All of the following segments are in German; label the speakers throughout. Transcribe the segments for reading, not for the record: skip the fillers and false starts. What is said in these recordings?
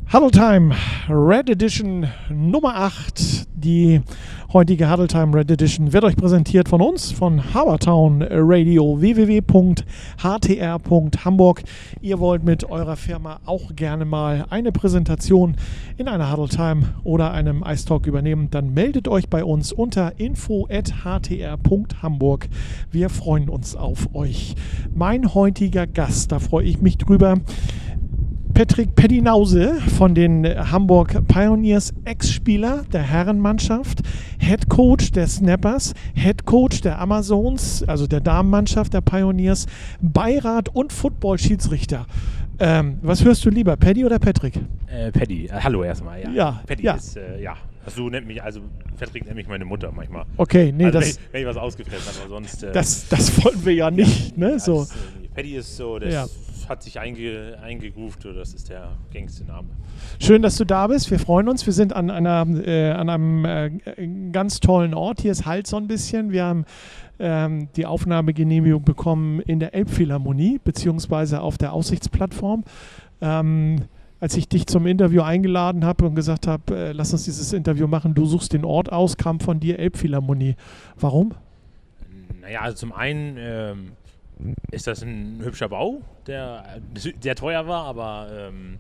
Speaker 1: Huddle Time Red Edition Nummer 8. Die heutige Huddle Time Red Edition wird euch präsentiert von uns, von Habertown Radio, www.htr.hamburg. Ihr wollt mit eurer Firma auch gerne mal eine Präsentation in einer Huddle Time oder einem Ice Talk übernehmen, dann meldet euch bei uns unter info@htr.hamburg. Wir freuen uns auf euch. Mein heutiger Gast, da freue ich mich drüber, Patrick Pedinause von den Hamburg Pioneers, Ex-Spieler der Herrenmannschaft, Head Coach der Snappers, Head Coach der Amazons, also der Damenmannschaft der Pioneers, Beirat und Football-Schiedsrichter. Was hörst du lieber, Paddy oder Patrick?
Speaker 2: Paddy, hallo erstmal. Ja. Paddy
Speaker 1: ja.
Speaker 2: ist, Also Patrick nennt mich meine Mutter manchmal.
Speaker 1: Okay, nee,
Speaker 2: also
Speaker 1: das...
Speaker 2: wenn ich was ausgefressen habe, aber sonst...
Speaker 1: Das wollen wir ja nicht,
Speaker 2: ja,
Speaker 1: ne? So.
Speaker 2: Paddy ist so, das hat sich eingegroovt, das ist der gängigste Name.
Speaker 1: Schön, dass du da bist. Wir freuen uns. Wir sind an einem ganz tollen Ort. Hier ist halt so ein bisschen. Wir haben die Aufnahmegenehmigung bekommen in der Elbphilharmonie, beziehungsweise auf der Aussichtsplattform. Als ich dich zum Interview eingeladen habe und gesagt habe, lass uns dieses Interview machen, du suchst den Ort aus, kam von dir Elbphilharmonie. Warum?
Speaker 2: Naja, also zum einen ist das ein hübscher Bau, der sehr teuer war, aber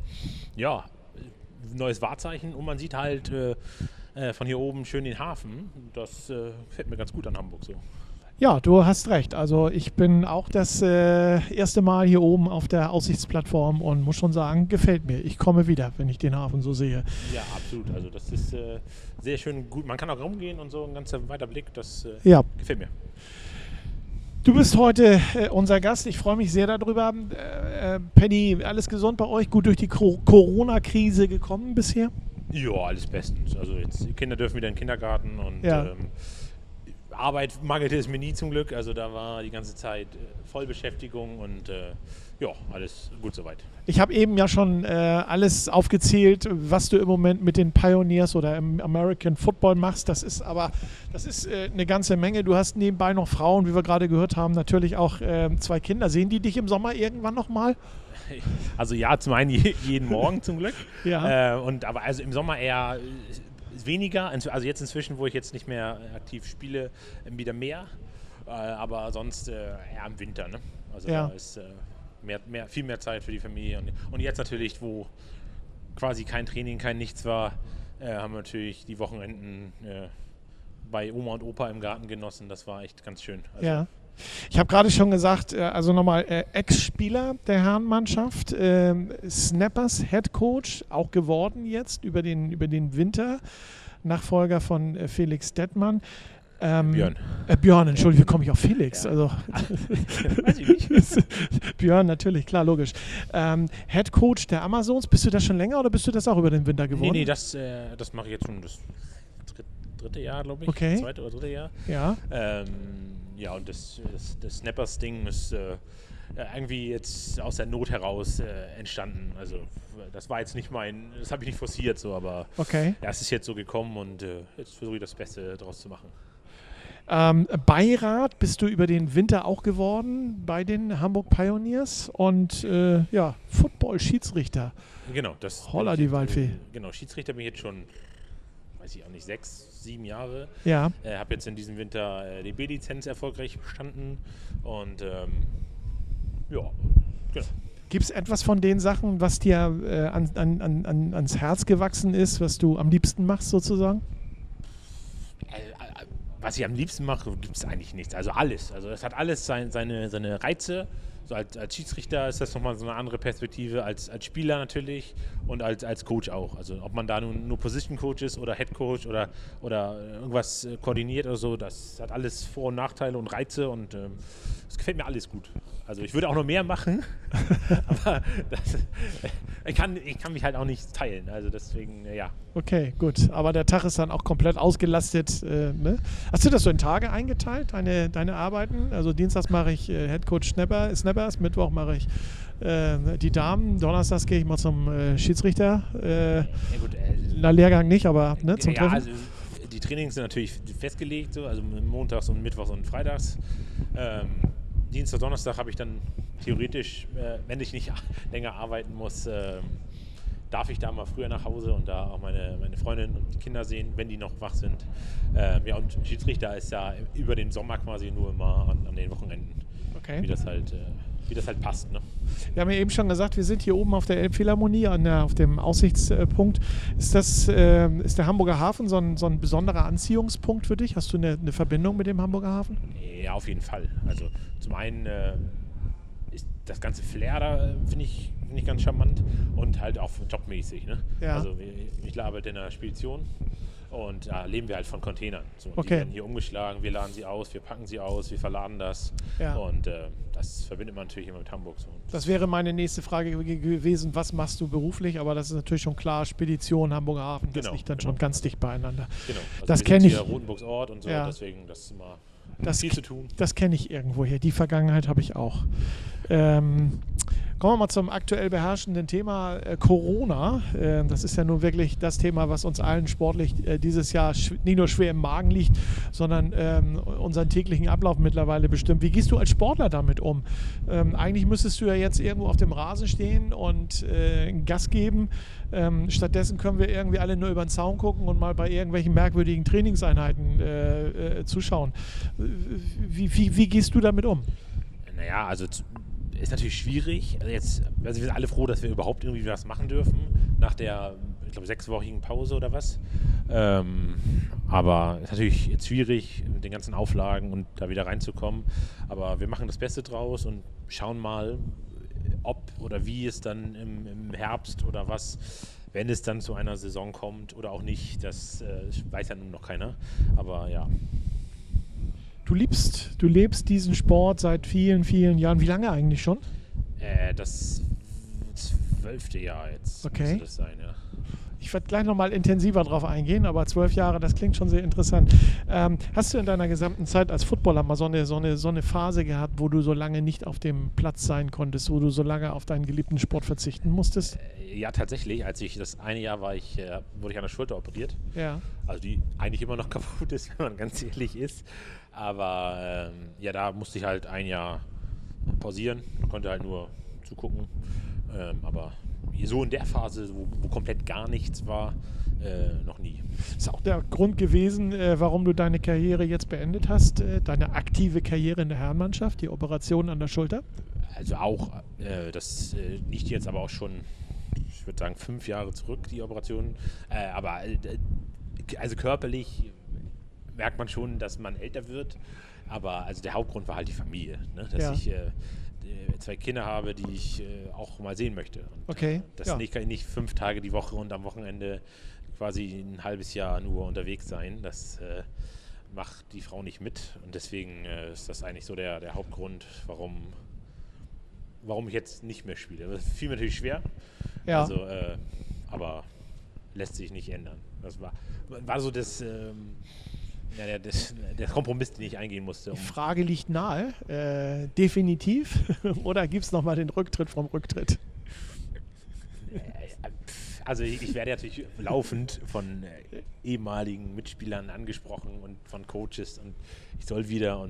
Speaker 2: neues Wahrzeichen und man sieht halt von hier oben schön den Hafen. Das gefällt mir ganz gut an Hamburg so.
Speaker 1: Ja, du hast recht. Also ich bin auch das erste Mal hier oben auf der Aussichtsplattform und muss schon sagen, gefällt mir. Ich komme wieder, wenn ich den Hafen so sehe.
Speaker 2: Ja, absolut. Also das ist sehr schön gut. Man kann auch rumgehen und so, ein ganzer weiter Blick. Das gefällt mir.
Speaker 1: Du bist heute unser Gast. Ich freue mich sehr darüber. Paddy, alles gesund bei euch? Gut durch die Corona-Krise gekommen bisher?
Speaker 2: Ja, alles bestens. Also jetzt die Kinder dürfen wieder in den Kindergarten und Arbeit mangelte es mir nie zum Glück. Also da war die ganze Zeit Vollbeschäftigung und alles gut soweit. Ich
Speaker 1: habe eben ja schon alles aufgezählt, was du im Moment mit den Pioneers oder im American Football machst. Das ist eine ganze Menge. Du hast nebenbei noch Frauen, wie wir gerade gehört haben, natürlich auch 2 Kinder. Sehen die dich im Sommer irgendwann nochmal?
Speaker 2: Also ja, zum einen jeden Morgen zum Glück.
Speaker 1: Ja.
Speaker 2: Aber also im Sommer eher weniger. Also jetzt inzwischen, wo ich jetzt nicht mehr aktiv spiele, wieder mehr. Aber sonst eher im Winter. Ne? Also da ist viel mehr Zeit für die Familie. Und jetzt natürlich, wo quasi kein Training, kein Nichts war, haben wir natürlich die Wochenenden bei Oma und Opa im Garten genossen. Das war echt ganz schön. Also,
Speaker 1: ja. Ich habe gerade schon gesagt, also nochmal Ex-Spieler der Herrenmannschaft, Snappers, Head Coach, auch geworden jetzt über den Winter, Nachfolger von Felix Detmann.
Speaker 2: Björn,
Speaker 1: Entschuldigung, wie komme ich auf Felix?
Speaker 2: Ja.
Speaker 1: Also,
Speaker 2: weiß ich nicht.
Speaker 1: Björn, natürlich, klar, logisch. Head Coach der Amazons, bist du das schon länger oder bist du das auch über den Winter geworden?
Speaker 2: Nee, das mache ich jetzt schon das dritte Jahr, glaube ich.
Speaker 1: Okay.
Speaker 2: Zweite oder dritte Jahr.
Speaker 1: Ja.
Speaker 2: Und das Snappers-Ding ist irgendwie jetzt aus der Not heraus entstanden. Also das war jetzt nicht das habe ich nicht forciert so, aber es ist jetzt so gekommen und jetzt versuche ich das Beste daraus zu machen. Beirat
Speaker 1: bist du über den Winter auch geworden bei den Hamburg Pioneers und Football-Schiedsrichter.
Speaker 2: Genau.
Speaker 1: Holla die Waldfee.
Speaker 2: Genau, Schiedsrichter bin ich jetzt schon, weiß ich auch nicht, 6, 7 Jahre.
Speaker 1: Ja.
Speaker 2: Habe jetzt in diesem Winter die B-Lizenz erfolgreich bestanden und genau.
Speaker 1: Gibt es etwas von den Sachen, was dir ans Herz gewachsen ist, was du am liebsten machst sozusagen?
Speaker 2: Was ich am liebsten mache, gibt es eigentlich nichts. Also alles. Also es hat alles seine Reize. So als Schiedsrichter ist das nochmal so eine andere Perspektive, als Spieler natürlich und als Coach auch. Also ob man da nur Position Coach ist oder Head Coach oder irgendwas koordiniert oder so, das hat alles Vor- und Nachteile und Reize und es gefällt mir alles gut. Also ich würde auch noch mehr machen, aber ich kann mich halt auch nicht teilen. Also deswegen, ja.
Speaker 1: Okay, gut. Aber der Tag ist dann auch komplett ausgelastet. Ne? Hast du das so in Tage eingeteilt, deine Arbeiten? Also dienstags mache ich Head Coach Snappers, Mittwoch mache ich die Damen, donnerstags gehe ich mal zum Schiedsrichter. Lehrgang nicht, aber zum Treffen.
Speaker 2: Also die Trainings sind natürlich festgelegt, so, also montags und mittwochs und freitags. Dienstag, Donnerstag habe ich dann theoretisch, wenn ich nicht länger arbeiten muss, darf ich da mal früher nach Hause und da auch meine Freundin und die Kinder sehen, wenn die noch wach sind. Ja, und Schiedsrichter ist ja über den Sommer quasi nur immer an den Wochenenden,
Speaker 1: Okay.
Speaker 2: wie das halt passt. Ne?
Speaker 1: Wir haben ja eben schon gesagt, wir sind hier oben auf der Elbphilharmonie, auf dem Aussichtspunkt. Ist der Hamburger Hafen so ein besonderer Anziehungspunkt für dich? Hast du eine Verbindung mit dem Hamburger Hafen?
Speaker 2: Ja, auf jeden Fall. Also zum einen ist das ganze Flair da, finde ich ganz charmant und halt auch jobmäßig. Ne?
Speaker 1: Ja.
Speaker 2: Also ich arbeite in einer Spedition und da leben wir halt von Containern. So,
Speaker 1: Okay.
Speaker 2: Die werden hier umgeschlagen, wir laden sie aus, wir packen sie aus, wir verladen das
Speaker 1: Ja.
Speaker 2: und das verbindet man natürlich immer mit Hamburg. So.
Speaker 1: Das wäre meine nächste Frage gewesen, was machst du beruflich? Aber das ist natürlich schon klar, Spedition, Hamburger Hafen, das
Speaker 2: Genau,
Speaker 1: liegt dann
Speaker 2: genau.
Speaker 1: schon ganz dicht beieinander.
Speaker 2: Genau. Also
Speaker 1: Das
Speaker 2: wir
Speaker 1: kenn
Speaker 2: sind
Speaker 1: ich.
Speaker 2: hier Rotenburgs Ort und so,
Speaker 1: Ja.
Speaker 2: deswegen das ist immer
Speaker 1: Das
Speaker 2: viel zu tun.
Speaker 1: Das kenne ich irgendwoher. Die Vergangenheit habe ich auch. Kommen wir mal zum aktuell beherrschenden Thema Corona. Das ist ja nun wirklich das Thema, was uns allen sportlich dieses Jahr nicht nur schwer im Magen liegt, sondern unseren täglichen Ablauf mittlerweile bestimmt. Wie gehst du als Sportler damit um? Eigentlich müsstest du ja jetzt irgendwo auf dem Rasen stehen und Gas geben. Stattdessen können wir irgendwie alle nur über den Zaun gucken und mal bei irgendwelchen merkwürdigen Trainingseinheiten zuschauen. Wie gehst du damit um?
Speaker 2: Naja, also ist natürlich schwierig. Also wir sind alle froh, dass wir überhaupt irgendwie was machen dürfen nach der, ich glaube, 6-wöchigen Pause oder was. Aber ist natürlich jetzt schwierig mit den ganzen Auflagen und da wieder reinzukommen. Aber wir machen das Beste draus und schauen mal, ob oder wie es dann im Herbst oder was, wenn es dann zu einer Saison kommt oder auch nicht, das weiß ja nun noch keiner. Aber ja.
Speaker 1: Du lebst diesen Sport seit vielen, vielen Jahren. Wie lange eigentlich schon?
Speaker 2: Das 12. Jahr jetzt
Speaker 1: Okay.
Speaker 2: müsste das sein, ja.
Speaker 1: Ich werde gleich nochmal intensiver drauf eingehen, aber 12 Jahre, das klingt schon sehr interessant. Hast du in deiner gesamten Zeit als Footballer mal so eine Phase gehabt, wo du so lange nicht auf dem Platz sein konntest, wo du so lange auf deinen geliebten Sport verzichten musstest?
Speaker 2: Ja, tatsächlich. Als ich das eine Jahr wurde ich an der Schulter operiert.
Speaker 1: Ja.
Speaker 2: Also die eigentlich immer noch kaputt ist, wenn man ganz ehrlich ist. Aber ja, da musste ich halt ein Jahr pausieren, konnte halt nur zugucken. Aber so in der Phase, wo komplett gar nichts war, noch nie.
Speaker 1: Das ist auch der Grund gewesen, warum du deine Karriere jetzt beendet hast, deine aktive Karriere in der Herrenmannschaft, die Operation an der Schulter?
Speaker 2: Also auch, das liegt jetzt aber auch schon, ich würde sagen, 5 Jahre zurück, die Operation. Aber also körperlich merkt man schon, dass man älter wird. Aber also der Hauptgrund war halt die Familie, ne? Dass
Speaker 1: Ja.
Speaker 2: ich 2 Kinder habe, die ich auch mal sehen möchte. Und,
Speaker 1: Okay,
Speaker 2: das
Speaker 1: ja.
Speaker 2: nicht 5 Tage die Woche und am Wochenende quasi ein halbes Jahr nur unterwegs sein. Das macht die Frau nicht mit. Und deswegen ist das eigentlich so der Hauptgrund, warum ich jetzt nicht mehr spiele. Das fiel mir natürlich schwer.
Speaker 1: Ja.
Speaker 2: Also, aber lässt sich nicht ändern. Das war so der Kompromiss, den ich eingehen musste.
Speaker 1: Die Frage liegt nahe, definitiv. Oder gibt es nochmal den Rücktritt vom Rücktritt?
Speaker 2: Also ich werde natürlich laufend von ehemaligen Mitspielern angesprochen und von Coaches und ich soll wieder.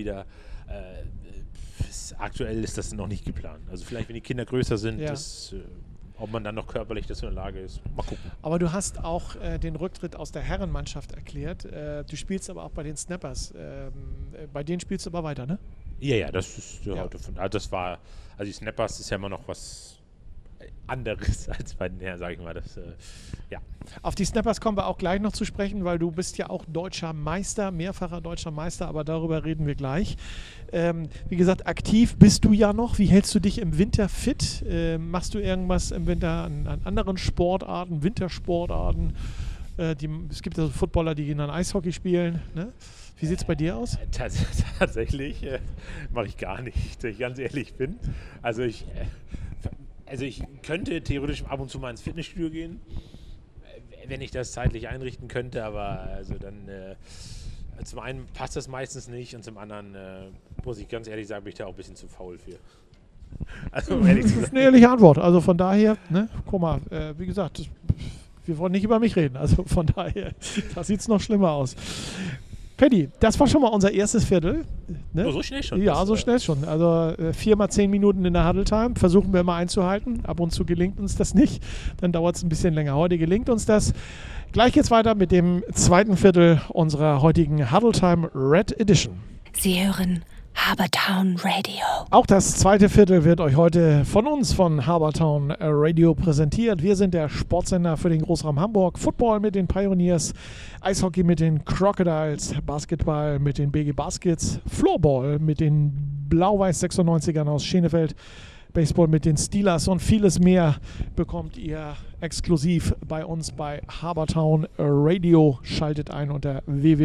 Speaker 2: Aktuell ist das noch nicht geplant. Also vielleicht, wenn die Kinder größer sind,
Speaker 1: Ja.
Speaker 2: ob man dann noch körperlich dazu in der Lage ist. Mal gucken.
Speaker 1: Aber du hast auch den Rücktritt aus der Herrenmannschaft erklärt. Du spielst aber auch bei den Snappers. Bei denen spielst du aber weiter, ne?
Speaker 2: Ja, das ist
Speaker 1: Ja.
Speaker 2: heute von. Also die Snappers ist ja immer noch was anderes als bei den Herren, sage ich mal. Ja.
Speaker 1: Auf die Snappers kommen wir auch gleich noch zu sprechen, weil du bist ja auch deutscher Meister, mehrfacher deutscher Meister, aber darüber reden wir gleich. Wie gesagt, aktiv bist du ja noch. Wie hältst du dich im Winter fit? Machst du irgendwas im Winter an anderen Sportarten, Wintersportarten? Es gibt ja so Footballer, die gehen dann Eishockey spielen. Ne? Wie sieht es bei dir aus?
Speaker 2: Tatsächlich mache ich gar nichts, wenn ich ganz ehrlich bin. Also ich könnte theoretisch ab und zu mal ins Fitnessstudio gehen, wenn ich das zeitlich einrichten könnte, aber also dann zum einen passt das meistens nicht und zum anderen muss ich ganz ehrlich sagen, bin ich da auch ein bisschen zu faul für. Also um ehrlich
Speaker 1: Das
Speaker 2: zu
Speaker 1: ist
Speaker 2: sein.
Speaker 1: eine ehrliche Antwort. Also von daher, ne? Guck mal, wie gesagt, wir wollen nicht über mich reden. Also von daher, da sieht es noch schlimmer aus. Paddy, das war schon mal unser erstes Viertel. Ne?
Speaker 2: Oh, so schnell schon?
Speaker 1: Ja, so schnell schon. Also 4 mal 10 Minuten in der Huddle Time versuchen wir mal einzuhalten. Ab und zu gelingt uns das nicht. Dann dauert es ein bisschen länger. Heute gelingt uns das. Gleich geht's weiter mit dem zweiten Viertel unserer heutigen Huddle Time Red Edition.
Speaker 3: Sie hören Habertown Radio.
Speaker 1: Auch das zweite Viertel wird euch heute von uns von Habertown Radio präsentiert. Wir sind der Sportsender für den Großraum Hamburg. Football mit den Pioneers, Eishockey mit den Crocodiles, Basketball mit den BG Baskets, Floorball mit den Blau-Weiß 96ern aus Schenefeld, Baseball mit den Steelers und vieles mehr bekommt ihr exklusiv bei uns bei Habertown Radio. Schaltet ein unter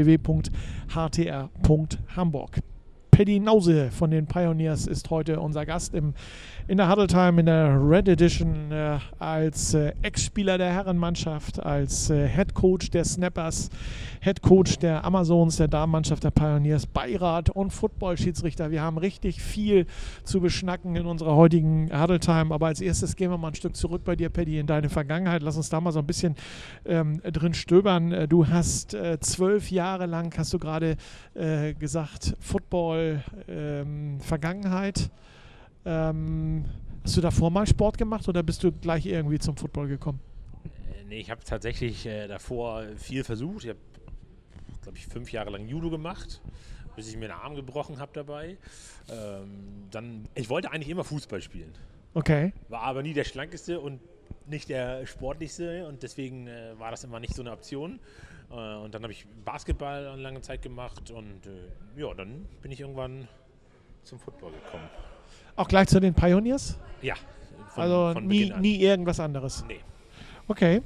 Speaker 1: www.htr.hamburg. Paddy Nause von den Pioneers ist heute unser Gast in der Huddle Time in der Red Edition als Ex-Spieler der Herrenmannschaft, als Head Coach der Snappers, Head Coach der Amazons, der Damenmannschaft der Pioneers, Beirat und Football-Schiedsrichter. Wir haben richtig viel zu beschnacken in unserer heutigen Huddle Time, aber als erstes gehen wir mal ein Stück zurück bei dir, Paddy, in deine Vergangenheit. Lass uns da mal so ein bisschen drin stöbern. Du hast 12 Jahre lang, hast du gerade gesagt, Football Vergangenheit. Hast du davor mal Sport gemacht oder bist du gleich irgendwie zum Football gekommen?
Speaker 2: Nee, ich habe tatsächlich davor viel versucht. Ich habe, glaube ich, 5 Jahre lang Judo gemacht, bis ich mir den Arm gebrochen habe dabei. Ich wollte eigentlich immer Fußball spielen.
Speaker 1: Okay.
Speaker 2: War aber nie der schlankeste und nicht der sportlichste und deswegen war das immer nicht so eine Option. Und dann habe ich Basketball eine lange Zeit gemacht und dann bin ich irgendwann zum Football gekommen.
Speaker 1: Auch gleich zu den Pioneers?
Speaker 2: Ja.
Speaker 1: Also nie irgendwas anderes?
Speaker 2: Nee.
Speaker 1: Okay.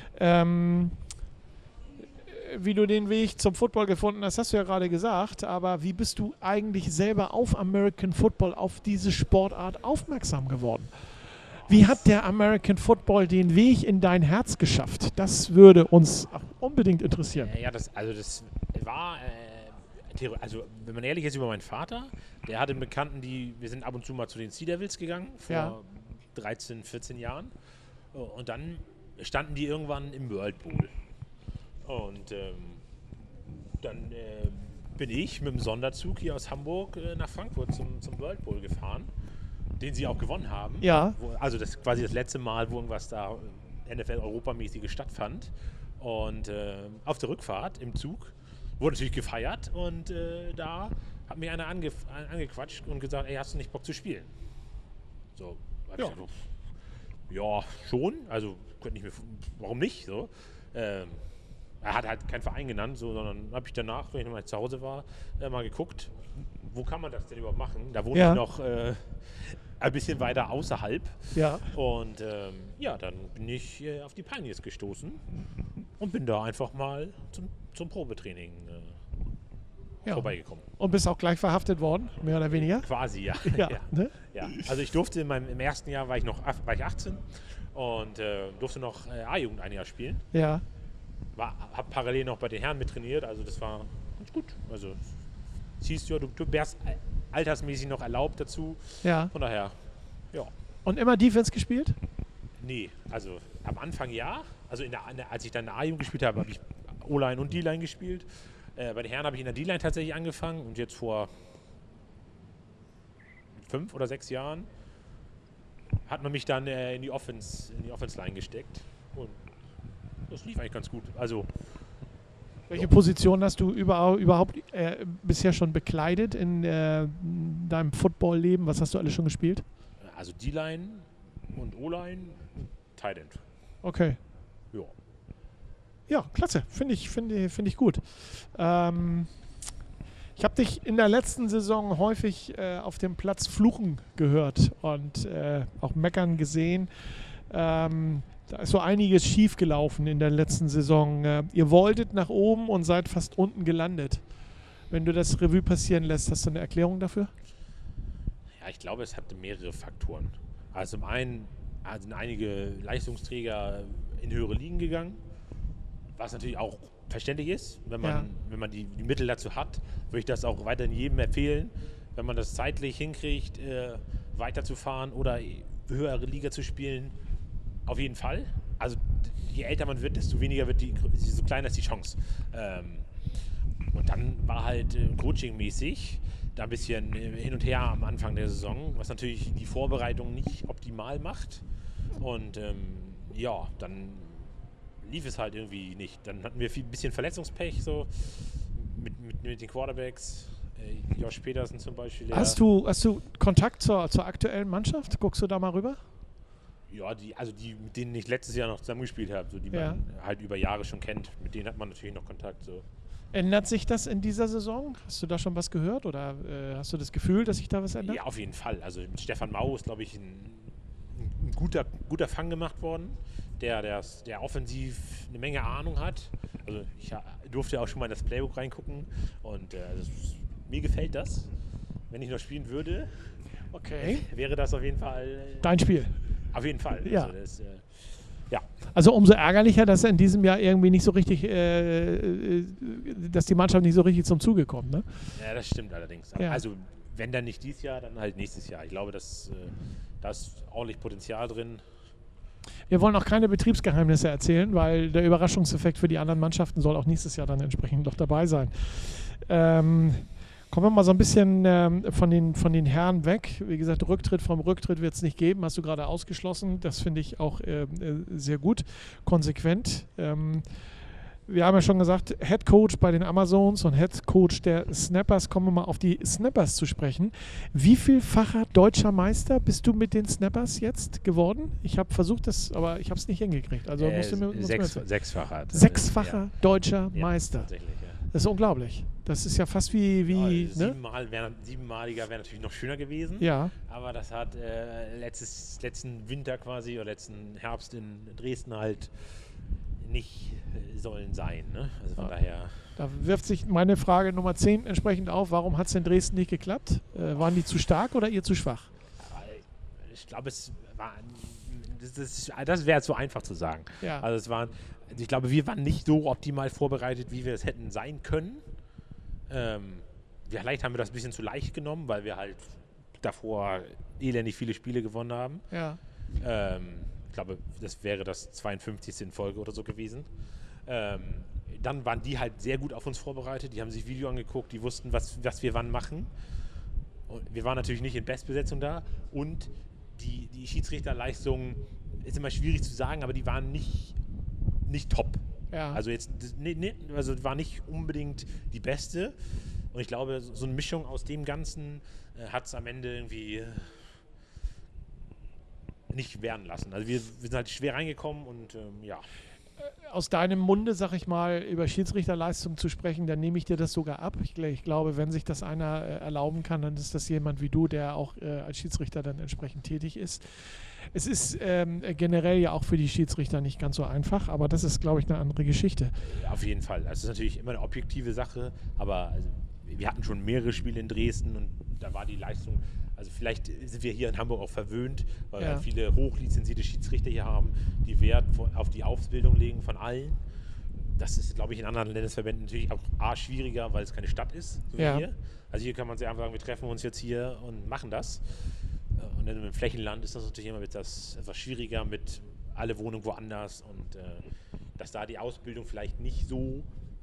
Speaker 1: Wie du den Weg zum Football gefunden hast, hast du ja gerade gesagt, aber wie bist du eigentlich selber auf American Football, auf diese Sportart aufmerksam geworden? Wie hat der American Football den Weg in dein Herz geschafft? Das würde uns unbedingt interessieren.
Speaker 2: Ja, das war, wenn man ehrlich ist, über meinen Vater. Der hatte einen Bekannten, wir sind ab und zu mal zu den Sea Devils gegangen, vor 13, 14 Jahren. Und dann standen die irgendwann im World Bowl. Und dann bin ich mit dem Sonderzug hier aus Hamburg nach Frankfurt zum World Bowl gefahren, den sie auch gewonnen haben.
Speaker 1: Ja.
Speaker 2: Also das ist quasi das letzte Mal, wo irgendwas da NFL-Europamäßiges stattfand. Und auf der Rückfahrt im Zug wurde natürlich gefeiert und da hat mich einer angequatscht und gesagt, ey, hast du nicht Bock zu spielen? So, ja. Gesagt, ja, schon, also könnte ich mir, warum nicht? So. Er hat halt keinen Verein genannt, sondern habe ich danach, wenn ich nochmal zu Hause war, mal geguckt, wo kann man das denn überhaupt machen? Da wohne ich noch ein bisschen weiter außerhalb. Ja. Und dann bin ich auf die Pioneers gestoßen und bin da einfach mal zum Probetraining vorbeigekommen.
Speaker 1: Und bist auch gleich verhaftet worden, mehr oder weniger?
Speaker 2: Quasi, ja.
Speaker 1: Ja. Ne?
Speaker 2: Ja. Also ich durfte im ersten Jahr war ich 18 und durfte noch A-Jugend ein Jahr spielen. Ja. Habe parallel noch bei den Herren mittrainiert, also das war ganz gut. Also siehst du, du wärst altersmäßig noch erlaubt dazu. Ja. Von daher, ja.
Speaker 1: Und immer Defense gespielt?
Speaker 2: Nee, also am Anfang ja. Also als ich dann in der A-Jugend gespielt habe, habe ich O-Line und D-Line gespielt. Bei den Herren habe ich in der D-Line tatsächlich angefangen und jetzt vor 5 oder 6 Jahren hat man mich dann in die Offense-Line gesteckt und das lief eigentlich ganz gut. Also
Speaker 1: welche Position hast du überhaupt bisher schon bekleidet in deinem Football-Leben? Was hast du alles schon gespielt?
Speaker 2: Also D-Line und O-Line und Tight End.
Speaker 1: Okay.
Speaker 2: Ja.
Speaker 1: Ja, klasse. Finde ich gut. Ich habe dich in der letzten Saison häufig auf dem Platz fluchen gehört und auch meckern gesehen. Da ist so einiges schief gelaufen in der letzten Saison. Ihr wolltet nach oben und seid fast unten gelandet. Wenn du das Revue passieren lässt, hast du eine Erklärung dafür?
Speaker 2: Ja, ich glaube, es hatte mehrere Faktoren. Also zum einen sind einige Leistungsträger in höhere Ligen gegangen, was natürlich auch verständlich ist, wenn man die Mittel dazu hat, würde ich das auch weiterhin jedem empfehlen, wenn man das zeitlich hinkriegt, weiterzufahren oder höhere Liga zu spielen, auf jeden Fall. Also je älter man wird, desto weniger wird so kleiner ist die Chance. Und dann war halt coachingmäßig da ein bisschen hin und her am Anfang der Saison, was natürlich die Vorbereitung nicht optimal macht. Und dann lief es halt irgendwie nicht. Dann hatten wir ein bisschen Verletzungspech so mit den Quarterbacks. Josh Peterson zum Beispiel.
Speaker 1: Hast du Kontakt zur aktuellen Mannschaft? Guckst du da mal rüber?
Speaker 2: Ja, die, mit denen ich letztes Jahr noch zusammengespielt habe, so, die man halt über Jahre schon kennt, mit denen hat man natürlich noch Kontakt. So.
Speaker 1: Ändert sich das in dieser Saison? Hast du da schon was gehört oder hast du das Gefühl, dass sich da was ändert?
Speaker 2: Ja, auf jeden Fall. Also mit Stefan Mau ist, glaube ich, ein guter Fang gemacht worden, der offensiv eine Menge Ahnung hat. Also ich durfte auch schon mal in das Playbook reingucken und mir gefällt das. Wenn ich noch spielen würde, wäre das auf jeden Fall
Speaker 1: dein Spiel.
Speaker 2: Auf jeden Fall.
Speaker 1: Ja.
Speaker 2: Also,
Speaker 1: also umso ärgerlicher, dass er in diesem Jahr irgendwie nicht so richtig, dass die Mannschaft nicht so richtig zum Zuge kommt. Ne?
Speaker 2: Ja, das stimmt allerdings.
Speaker 1: Ja.
Speaker 2: Also wenn dann nicht dieses Jahr, dann halt nächstes Jahr. Ich glaube, da ist ordentlich Potenzial drin.
Speaker 1: Wir wollen auch keine Betriebsgeheimnisse erzählen, weil der Überraschungseffekt für die anderen Mannschaften soll auch nächstes Jahr dann entsprechend noch dabei sein. Kommen wir mal so ein bisschen von den Herren weg. Wie gesagt, Rücktritt vom Rücktritt wird es nicht geben, hast du gerade ausgeschlossen. Das finde ich auch sehr gut, konsequent. Wir haben ja schon gesagt, Head Coach bei den Amazons und Head Coach der Snappers. Kommen wir mal auf die Snappers zu sprechen. Wie vielfacher deutscher Meister bist du mit den Snappers jetzt geworden? Ich habe versucht, aber ich habe es nicht hingekriegt. Also
Speaker 2: Sechsfacher.
Speaker 1: Sechsfacher deutscher Meister.
Speaker 2: Tatsächlich, ja.
Speaker 1: Das ist unglaublich. Das ist ja fast wie
Speaker 2: Siebenmaliger wäre natürlich noch schöner gewesen.
Speaker 1: Ja.
Speaker 2: Aber das hat letzten Winter quasi oder letzten Herbst in Dresden halt nicht sollen sein. Ne? Also von daher.
Speaker 1: Da wirft sich meine Frage Nummer 10 entsprechend auf. Warum hat es in Dresden nicht geklappt? Waren die zu stark oder ihr zu schwach?
Speaker 2: Ich glaube, das wäre zu einfach zu sagen.
Speaker 1: Ja.
Speaker 2: Also ich glaube, wir waren nicht so optimal vorbereitet, wie wir es hätten sein können. Vielleicht haben wir das ein bisschen zu leicht genommen, weil wir halt davor elendig viele Spiele gewonnen haben.
Speaker 1: Ja.
Speaker 2: Ich glaube, das wäre das 52. in Folge oder so gewesen. Dann waren die halt sehr gut auf uns vorbereitet. Die haben sich Video angeguckt, die wussten, was wir wann machen. Und wir waren natürlich nicht in Bestbesetzung da. Und die Schiedsrichterleistung ist immer schwierig zu sagen, aber die waren nicht top.
Speaker 1: Ja.
Speaker 2: Also war nicht unbedingt die beste. Und ich glaube, so eine Mischung aus dem Ganzen hat es am Ende irgendwie nicht werden lassen. Also wir sind halt schwer reingekommen und
Speaker 1: Aus deinem Munde, sag ich mal, über Schiedsrichterleistung zu sprechen, dann nehme ich dir das sogar ab. Ich glaube, wenn sich das einer erlauben kann, dann ist das jemand wie du, der auch als Schiedsrichter dann entsprechend tätig ist. Es ist generell ja auch für die Schiedsrichter nicht ganz so einfach, aber das ist, glaube ich, eine andere Geschichte.
Speaker 2: Auf jeden Fall. Das ist natürlich immer eine objektive Sache, aber wir hatten schon mehrere Spiele in Dresden und da war die Leistung, also vielleicht sind wir hier in Hamburg auch verwöhnt, weil wir viele hochlizenzierte Schiedsrichter hier haben, die Wert auf die Ausbildung legen von allen. Das ist, glaube ich, in anderen Landesverbänden natürlich auch schwieriger, weil es keine Stadt ist, so wie hier. Also hier kann man sich einfach sagen, wir treffen uns jetzt hier und machen das. Und dann im Flächenland ist das natürlich immer etwas schwieriger mit alle Wohnungen woanders und dass da die Ausbildung vielleicht nicht so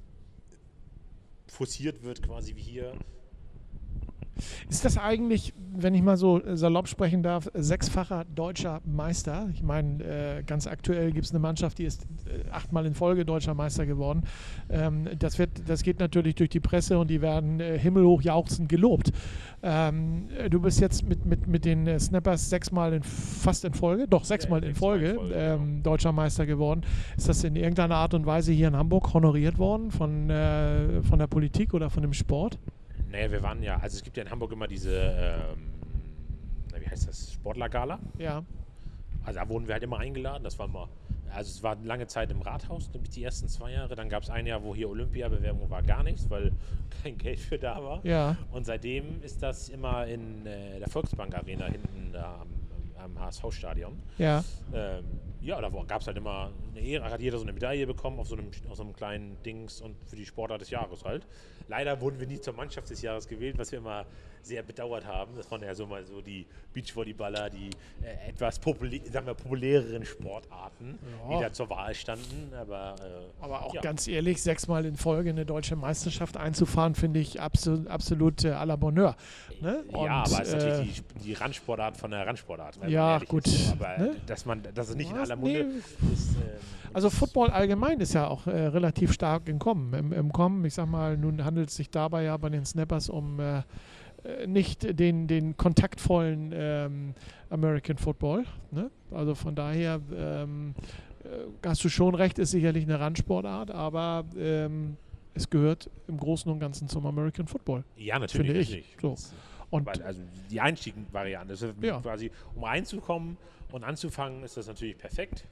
Speaker 2: forciert wird quasi wie hier.
Speaker 1: Ist das eigentlich, wenn ich mal so salopp sprechen darf, sechsfacher deutscher Meister? Ich meine, ganz aktuell gibt es eine Mannschaft, die ist 8-mal in Folge deutscher Meister geworden. Das geht natürlich durch die Presse und die werden himmelhoch jauchzend gelobt. Du bist jetzt mit den Snappers sechsmal in Folge deutscher Meister geworden. Ist das in irgendeiner Art und Weise hier in Hamburg honoriert worden von der Politik oder von dem Sport?
Speaker 2: Naja, wir waren also es gibt ja in Hamburg immer diese, wie heißt das, Sportlergala.
Speaker 1: Ja.
Speaker 2: Also da wurden wir halt immer eingeladen, es war lange Zeit im Rathaus, nämlich die ersten 2 Jahre. Dann gab es ein Jahr, wo hier Olympiabewerbung war, gar nichts, weil kein Geld für da war.
Speaker 1: Ja.
Speaker 2: Und seitdem ist das immer in der Volksbank Arena hinten da am HSV-Stadion.
Speaker 1: Ja.
Speaker 2: Ja, da gab es halt immer eine Ehre, hat jeder so eine Medaille bekommen auf so einem kleinen Dings und für die Sportart des Jahres halt. Leider wurden wir nie zur Mannschaft des Jahres gewählt, was wir immer sehr bedauert haben. Das waren ja so mal so die Beachvolleyballer, die etwas populäreren Sportarten, die da zur Wahl standen. Aber
Speaker 1: auch ganz ehrlich, 6-mal in Folge eine deutsche Meisterschaft einzufahren, finde ich absolut à la Bonheur. Ne? Und,
Speaker 2: ja, aber es ist natürlich die Randsportart von der Randsportart.
Speaker 1: Ja, gut.
Speaker 2: Ist. Aber
Speaker 1: ne?
Speaker 2: dass es nicht in aller Munde ist.
Speaker 1: Also Football allgemein ist ja auch relativ stark im Kommen. Ich sag mal, nun handelt es sich dabei ja bei den Snappers um nicht den kontaktvollen American Football. Ne? Also von daher hast du schon recht, ist sicherlich eine Randsportart, aber es gehört im Großen und Ganzen zum American Football.
Speaker 2: Ja, natürlich.
Speaker 1: Finde ich. So. Und
Speaker 2: also die Einstiegvariante, quasi, um reinzukommen und anzufangen, ist das natürlich perfekt.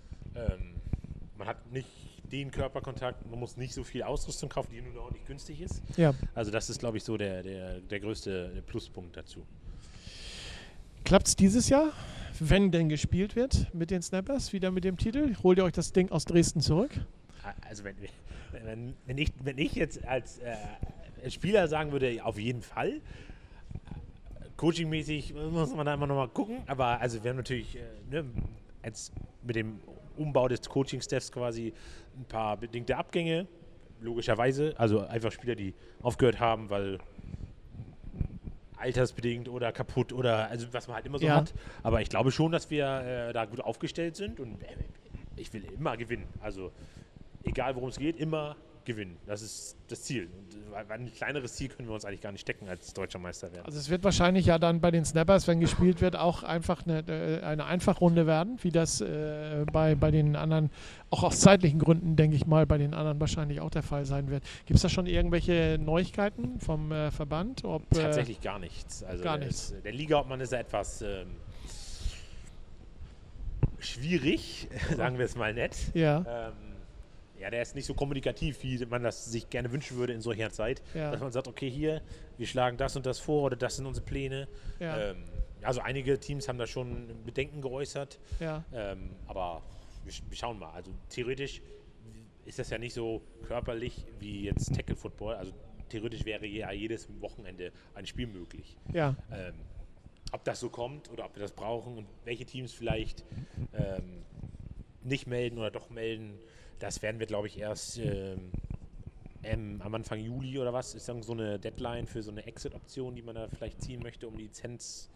Speaker 2: Man hat nicht den Körperkontakt, man muss nicht so viel Ausrüstung kaufen, die nun auch nicht günstig ist.
Speaker 1: Ja.
Speaker 2: Also das ist, glaube ich, so der größte Pluspunkt dazu.
Speaker 1: Klappt es dieses Jahr, wenn denn gespielt wird mit den Snappers, wieder mit dem Titel? Holt ihr euch das Ding aus Dresden zurück?
Speaker 2: Also wenn ich jetzt als Spieler sagen würde, auf jeden Fall. Coaching-mäßig muss man da immer noch mal gucken, aber also wir haben natürlich jetzt mit dem Umbau des Coaching-Staffs quasi ein paar bedingte Abgänge, logischerweise, also einfach Spieler, die aufgehört haben, weil altersbedingt oder kaputt oder also was man halt immer so hat, aber ich glaube schon, dass wir da gut aufgestellt sind und ich will immer gewinnen, also egal worum es geht, immer gewinnen. Das ist das Ziel. Und ein kleineres Ziel können wir uns eigentlich gar nicht stecken als deutscher Meister werden.
Speaker 1: Also es wird wahrscheinlich ja dann bei den Snappers, wenn gespielt wird, auch einfach eine Einfachrunde werden, wie das bei den anderen, auch aus zeitlichen Gründen, denke ich mal, bei den anderen wahrscheinlich auch der Fall sein wird. Gibt es da schon irgendwelche Neuigkeiten vom Verband?
Speaker 2: Tatsächlich gar nichts. Also
Speaker 1: gar nichts.
Speaker 2: Der Ligaobmann ist etwas schwierig, sagen wir es mal nett.
Speaker 1: Ja.
Speaker 2: Ja, der ist nicht so kommunikativ, wie man das sich gerne wünschen würde in solcher Zeit.
Speaker 1: Ja.
Speaker 2: Dass man sagt, okay, hier, wir schlagen das und das vor oder das sind unsere Pläne.
Speaker 1: Ja.
Speaker 2: Also einige Teams haben da schon Bedenken geäußert.
Speaker 1: Ja.
Speaker 2: Aber wir schauen mal. Also theoretisch ist das ja nicht so körperlich wie jetzt Tackle Football. Also theoretisch wäre ja jedes Wochenende ein Spiel möglich.
Speaker 1: Ja.
Speaker 2: Ob das so kommt oder ob wir das brauchen und welche Teams vielleicht nicht melden oder doch melden, das werden wir, glaube ich, erst am Anfang Juli oder was, ist dann so eine Deadline für so eine Exit-Option, die man da vielleicht ziehen möchte, um Lizenz,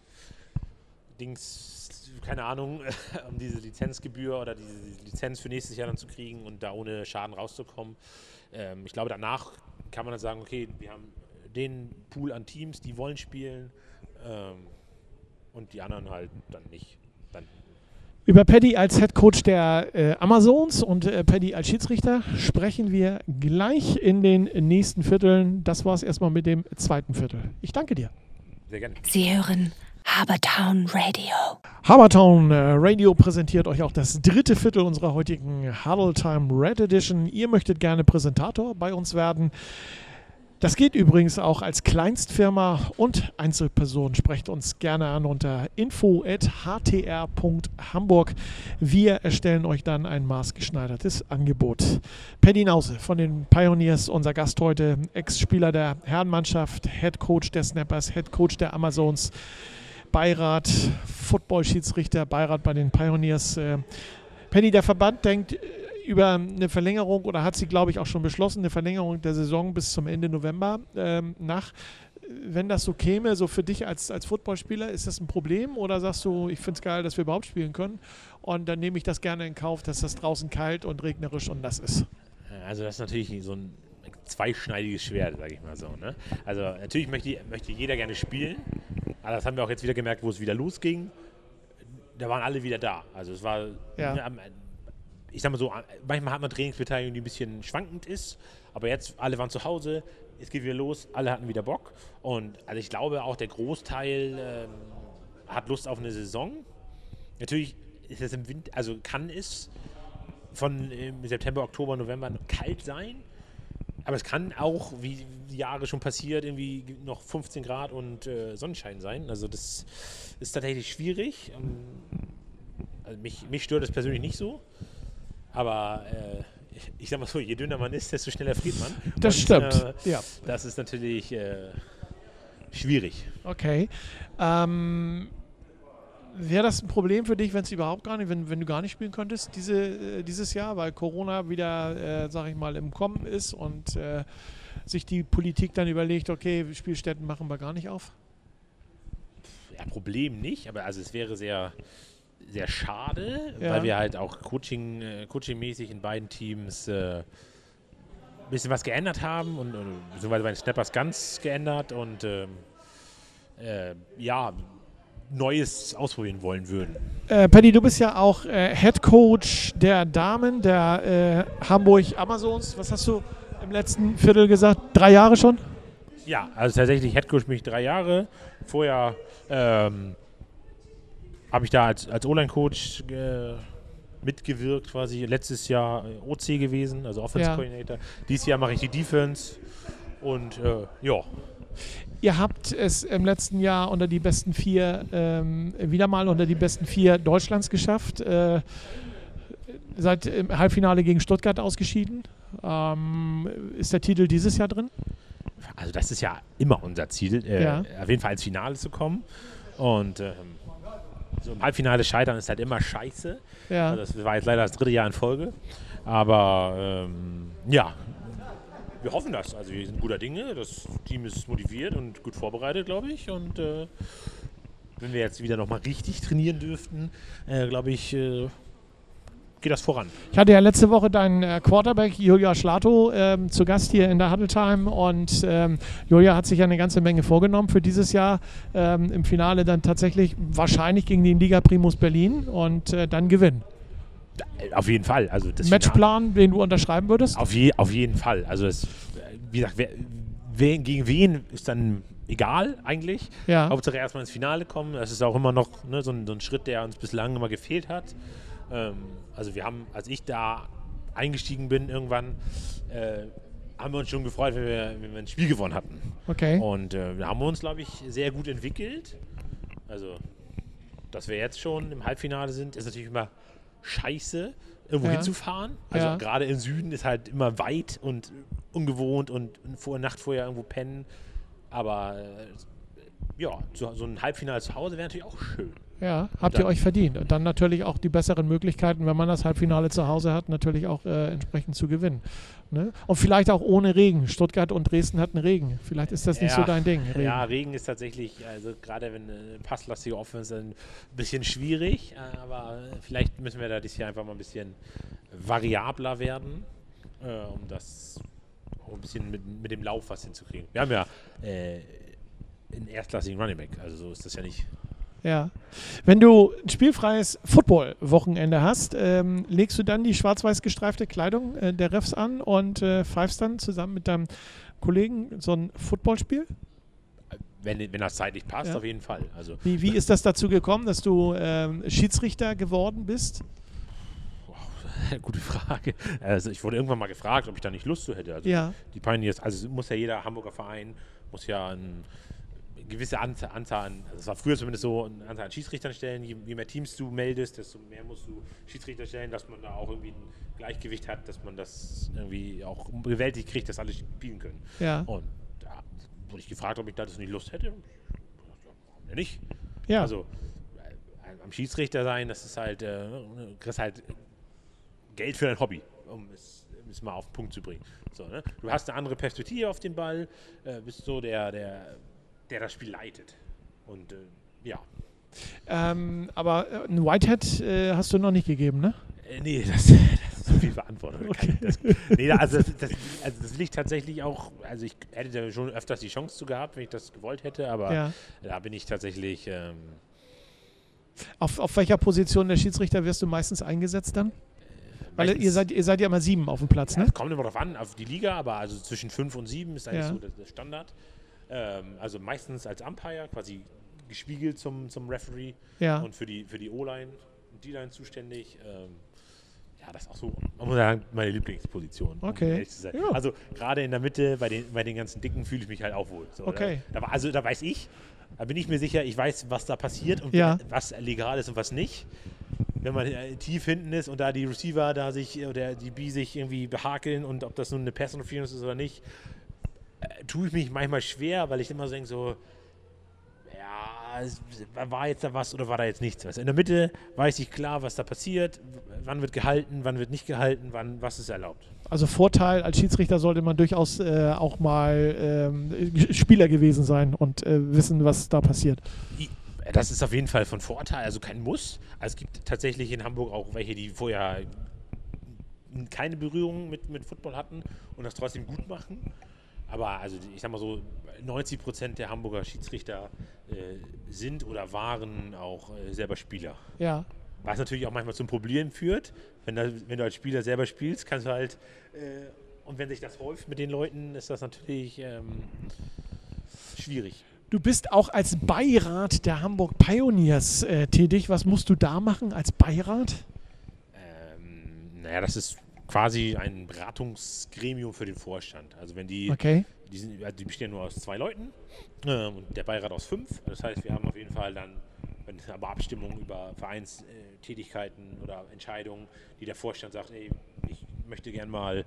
Speaker 2: keine Ahnung, um diese Lizenzgebühr oder diese Lizenz für nächstes Jahr dann zu kriegen und da ohne Schaden rauszukommen. Ich glaube, danach kann man dann sagen, okay, wir haben den Pool an Teams, die wollen spielen und die anderen halt dann nicht.
Speaker 1: Über Paddy als Head Coach der Amazons und Paddy als Schiedsrichter sprechen wir gleich in den nächsten Vierteln. Das war es erstmal mit dem zweiten Viertel. Ich danke dir.
Speaker 2: Sehr gerne.
Speaker 3: Sie hören Habertown Radio.
Speaker 1: Habertown Radio präsentiert euch auch das dritte Viertel unserer heutigen Huddle Time Red Edition. Ihr möchtet gerne Präsentator bei uns werden. Das geht übrigens auch als Kleinstfirma und Einzelperson. Sprecht uns gerne an unter info@htr.hamburg. Wir erstellen euch dann ein maßgeschneidertes Angebot. Paddy Nause von den Pioneers, unser Gast heute, Ex-Spieler der Herrenmannschaft, Head Coach der Snappers, Head Coach der Amazons, Beirat, Football-Schiedsrichter, Beirat bei den Pioneers. Paddy, der Verband denkt über eine Verlängerung oder hat sie, glaube ich, auch schon beschlossen, eine Verlängerung der Saison bis zum Ende November nach. Wenn das so käme, so für dich als Footballspieler, ist das ein Problem oder sagst du, ich finde es geil, dass wir überhaupt spielen können und dann nehme ich das gerne in Kauf, dass das draußen kalt und regnerisch und nass ist?
Speaker 2: Also das ist natürlich so ein zweischneidiges Schwert, sage ich mal so. Ne? Also natürlich möchte jeder gerne spielen, aber das haben wir auch jetzt wieder gemerkt, wo es wieder losging. Da waren alle wieder da. Also es war...
Speaker 1: Ja.
Speaker 2: Ich sag mal so, manchmal hat man Trainingsbeteiligung, die ein bisschen schwankend ist, aber jetzt, alle waren zu Hause, es geht wieder los, alle hatten wieder Bock und also ich glaube auch der Großteil hat Lust auf eine Saison. Natürlich ist es im Winter, also kann es von September, Oktober, November kalt sein, aber es kann auch, wie die Jahre schon passiert, irgendwie noch 15 Grad und Sonnenschein sein, also das ist tatsächlich schwierig. Also mich stört das persönlich nicht so, aber ich sag mal so, je dünner man ist, desto schneller friert man.
Speaker 1: Das stimmt, ja.
Speaker 2: Das ist natürlich schwierig.
Speaker 1: Okay. Wäre das ein Problem für dich, wenn es überhaupt gar nicht, wenn du gar nicht spielen könntest dieses Jahr, weil Corona wieder, sag ich mal, im Kommen ist und sich die Politik dann überlegt, okay, Spielstätten machen wir gar nicht auf?
Speaker 2: Ja, Problem nicht, aber also es wäre sehr, sehr schade,
Speaker 1: Ja.
Speaker 2: weil wir halt auch coachingmäßig in beiden Teams ein bisschen was geändert haben und beziehungsweise bei den Snappers ganz geändert und Neues ausprobieren wollen würden.
Speaker 1: Paddy, du bist ja auch Head Coach der Damen der Hamburg Amazons. Was hast du im letzten Viertel gesagt? 3 Jahre schon?
Speaker 2: Ja, also tatsächlich Headcoach bin ich 3 Jahre. Vorher habe ich da als O-Line-Coach mitgewirkt quasi. Letztes Jahr OC gewesen, also Offense Coordinator. Dieses Jahr mache ich die Defense und ja.
Speaker 1: Ihr habt es im letzten Jahr unter die besten 4, wieder mal unter die besten 4 Deutschlands geschafft. Seid im Halbfinale gegen Stuttgart ausgeschieden. Ist der Titel dieses Jahr drin?
Speaker 2: Also das ist ja immer unser Ziel, auf jeden Fall ins Finale zu kommen. Und so im Halbfinale scheitern ist halt immer scheiße.
Speaker 1: Ja.
Speaker 2: Also das war jetzt leider das 3. Jahr in Folge. Aber ja, wir hoffen das. Also wir sind guter Dinge. Das Team ist motiviert und gut vorbereitet, glaube ich. Und wenn wir jetzt wieder nochmal richtig trainieren dürften, glaube ich, geht das voran.
Speaker 1: Ich hatte ja letzte Woche deinen Quarterback Julia Schlato zu Gast hier in der Huddle Time und Julia hat sich ja eine ganze Menge vorgenommen für dieses Jahr. Im Finale dann tatsächlich wahrscheinlich gegen den Liga Primus Berlin und dann gewinnen.
Speaker 2: Auf jeden Fall. Also das
Speaker 1: Matchplan, den du unterschreiben würdest?
Speaker 2: Auf jeden Fall. Also es, wie gesagt, gegen wen ist dann egal eigentlich.
Speaker 1: Ja.
Speaker 2: Hauptsache erstmal ins Finale kommen. Das ist auch immer noch so ein Schritt, der uns bislang immer gefehlt hat. Also wir haben, als ich da eingestiegen bin irgendwann, haben wir uns schon gefreut, wenn wir ein Spiel gewonnen hatten.
Speaker 1: Okay.
Speaker 2: Und da haben wir uns, glaube ich, sehr gut entwickelt. Also, dass wir jetzt schon im Halbfinale sind, ist natürlich immer scheiße, irgendwo hinzufahren. Also gerade im Süden ist halt immer weit und ungewohnt und Nacht vorher irgendwo pennen. Aber ja, so ein Halbfinale zu Hause wäre natürlich auch schön.
Speaker 1: Ja, habt ihr euch verdient. Und dann natürlich auch die besseren Möglichkeiten, wenn man das Halbfinale zu Hause hat, natürlich auch entsprechend zu gewinnen. Ne? Und vielleicht auch ohne Regen. Stuttgart und Dresden hatten Regen. Vielleicht ist das nicht so dein Ding. Regen.
Speaker 2: Ja, Regen ist tatsächlich, also gerade wenn eine passlastige Offense, ein bisschen schwierig. Aber vielleicht müssen wir da dieses Jahr einfach mal ein bisschen variabler werden, um das auch ein bisschen mit dem Lauf was hinzukriegen. Wir haben ja einen erstklassigen Running Back, also so ist das ja nicht.
Speaker 1: Ja. Wenn du ein spielfreies Football-Wochenende hast, legst du dann die schwarz-weiß gestreifte Kleidung der Refs an und pfeifst dann zusammen mit deinem Kollegen so ein Footballspiel?
Speaker 2: Wenn das zeitlich passt, auf jeden Fall. Also,
Speaker 1: Wie ist das dazu gekommen, dass du Schiedsrichter geworden bist?
Speaker 2: Gute Frage. Also ich wurde irgendwann mal gefragt, ob ich da nicht Lust zu hätte. Also die Pioneers, also muss ja jeder Hamburger Verein, muss ja eine gewisse Anzahl an, also es war früher zumindest so, eine Anzahl an Schiedsrichtern stellen. Je mehr Teams du meldest, desto mehr musst du Schiedsrichter stellen, dass man da auch irgendwie ein Gleichgewicht hat, dass man das irgendwie auch bewältigt kriegt, dass alle spielen können.
Speaker 1: Ja.
Speaker 2: Und da wurde ich gefragt, ob ich da das nicht Lust hätte. Ja, nicht.
Speaker 1: Ja.
Speaker 2: Also am Schiedsrichter sein, das ist halt, du kriegst halt Geld für dein Hobby, um es mal auf den Punkt zu bringen. So, ne? Du hast eine andere Perspektive auf den Ball, bist so der das Spiel leitet. Und ja.
Speaker 1: Aber ein Whitehead hast du noch nicht gegeben, ne?
Speaker 2: Nee, das ist zu viel Verantwortung.
Speaker 1: Okay.
Speaker 2: Das will ich tatsächlich auch, also ich hätte da schon öfters die Chance zu gehabt, wenn ich das gewollt hätte, aber da bin ich tatsächlich...
Speaker 1: Auf welcher Position der Schiedsrichter wirst du meistens eingesetzt dann? Weil ihr seid ja immer 7 auf dem Platz, ne?
Speaker 2: Es kommt immer drauf an, auf die Liga, aber also zwischen 5 und 7 ist eigentlich so der Standard. Also meistens als Umpire, quasi gespiegelt zum Referee und für die O-Line und D-Line zuständig. Das ist auch so, man muss sagen, meine Lieblingsposition.
Speaker 1: Okay.
Speaker 2: Um ehrlich zu sein. Also gerade in der Mitte, bei den ganzen Dicken fühle ich mich halt auch wohl. So,
Speaker 1: okay.
Speaker 2: Da weiß ich, da bin ich mir sicher, ich weiß, was da passiert und was legal ist und was nicht. wenn man tief hinten ist und da die Receiver da sich oder die B sich irgendwie behakeln und ob das nun eine Pass-Interference ist oder nicht, tue ich mich manchmal schwer, weil ich immer so denke, so, ja, war jetzt da was oder war da jetzt nichts? Also in der Mitte weiß ich klar, was da passiert, wann wird gehalten, wann wird nicht gehalten, was ist erlaubt.
Speaker 1: Also Vorteil, als Schiedsrichter sollte man durchaus auch mal Spieler gewesen sein und wissen, was da passiert.
Speaker 2: Das ist auf jeden Fall von Vorteil, also kein Muss. Also es gibt tatsächlich in Hamburg auch welche, die vorher keine Berührung mit Football hatten und das trotzdem gut machen. Aber also ich sag mal so, 90% der Hamburger Schiedsrichter sind oder waren auch selber Spieler.
Speaker 1: Ja.
Speaker 2: Was natürlich auch manchmal zum Problem führt, wenn du als Spieler selber spielst, kannst du halt, und wenn sich das häuft mit den Leuten, ist das natürlich schwierig.
Speaker 1: Du bist auch als Beirat der Hamburg Pioneers tätig. Was musst du da machen als Beirat?
Speaker 2: Naja, das ist quasi ein Beratungsgremium für den Vorstand. Also wenn die bestehen nur aus 2 Leuten und der Beirat aus 5. Das heißt, wir haben auf jeden Fall dann aber Abstimmungen über Vereinstätigkeiten oder Entscheidungen, die der Vorstand sagt, ey, ich möchte gern mal